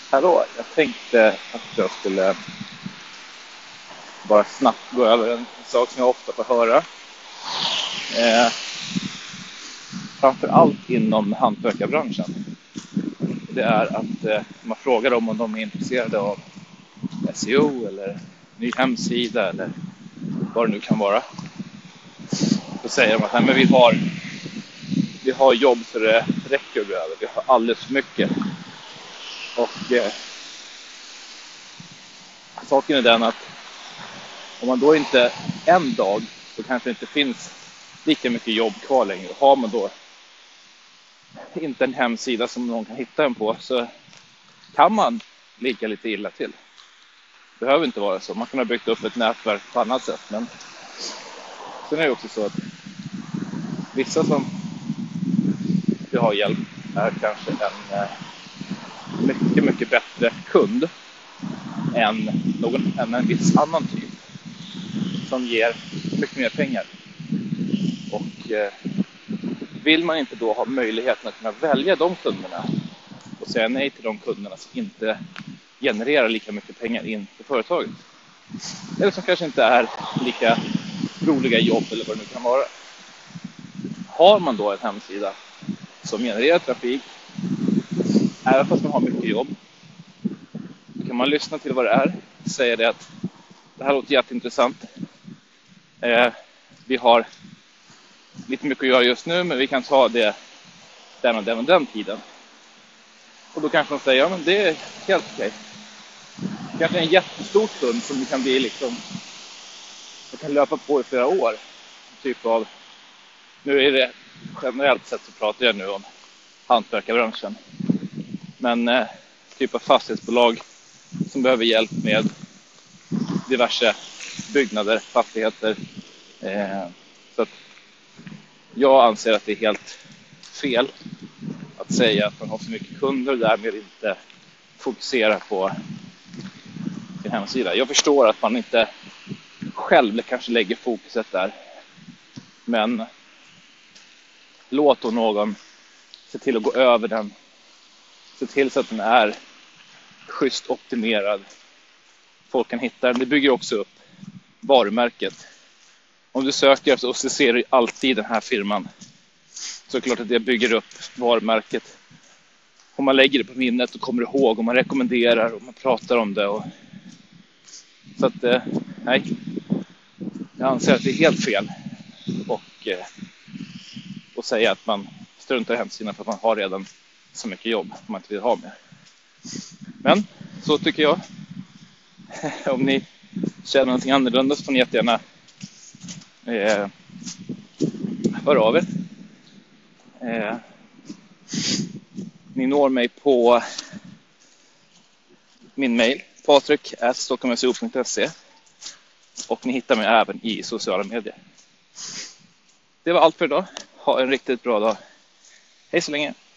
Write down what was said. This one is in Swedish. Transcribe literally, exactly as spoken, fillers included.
Hallå, jag tänkte att jag skulle bara snabbt gå över en sak som jag ofta får höra. Eh, framför allt inom hantverkarbranschen. Det är att eh, man frågar dem om de är intresserade av S E O eller ny hemsida eller vad det nu kan vara. Då säger de att nej, men vi har vi har jobb så det räcker över. Vi har alldeles för mycket. Och eh, saken är den att om man då inte en dag så kanske det inte finns lika mycket jobb kvar längre. Har man då inte en hemsida som någon kan hitta en på så kan man ligga lite illa till. Det behöver inte vara så. Man kan ha byggt upp ett nätverk på annat sätt. Men sen är det också så att vissa som vill ha hjälp är kanske en mycket, mycket bättre kund än, någon, än en viss annan typ som ger mycket mer pengar. Och eh, vill man inte då ha möjligheten att kunna välja de kunderna och säga nej till de kunderna som inte genererar lika mycket pengar in till företaget. Eller som kanske inte är lika roliga jobb eller vad det nu kan vara. Har man då en hemsida som genererar trafik, även fast man har mycket jobb, då kan man lyssna till vad det är. Säga det att det här låter jätteintressant. Eh, vi har lite mycket att göra just nu, men vi kan ta det den och den och den tiden. Och då kanske man säger, ja men det är helt okej. Kanske en jättestor stund som det kan bli liksom, det kan löpa på i flera år. Typ av, nu är det generellt sett så pratar jag nu om hantverkarbranschen. Men eh, typ av fastighetsbolag som behöver hjälp med diverse byggnader, fastigheter. Eh, så att jag anser att det är helt fel att säga att man har för mycket kunder och därmed inte fokusera på sin hemsida. Jag förstår att man inte själv kanske lägger fokuset där. Men låt då någon se till att gå över den. Se till så att den är schysst optimerad. Folk kan hitta den. Det bygger också upp varumärket. Om du söker så ser du alltid den här firman. Så är det klart att det bygger upp varumärket. Om man lägger det på minnet och kommer ihåg. Och man rekommenderar och man pratar om det. Och... Så att, eh, nej. Jag anser att det är helt fel. Och, eh, och säga att man struntar i hemsidan för att man har redan så mycket jobb. Om man inte vill ha mer. Men så tycker jag. Om ni känner någonting annorlunda så får ni jättegärna eh, höra av er. Eh, ni når mig på min mail patrik at stockholmseo punkt se och ni hittar mig även i sociala medier. Det var allt för idag. Ha en riktigt bra dag. Hej så länge.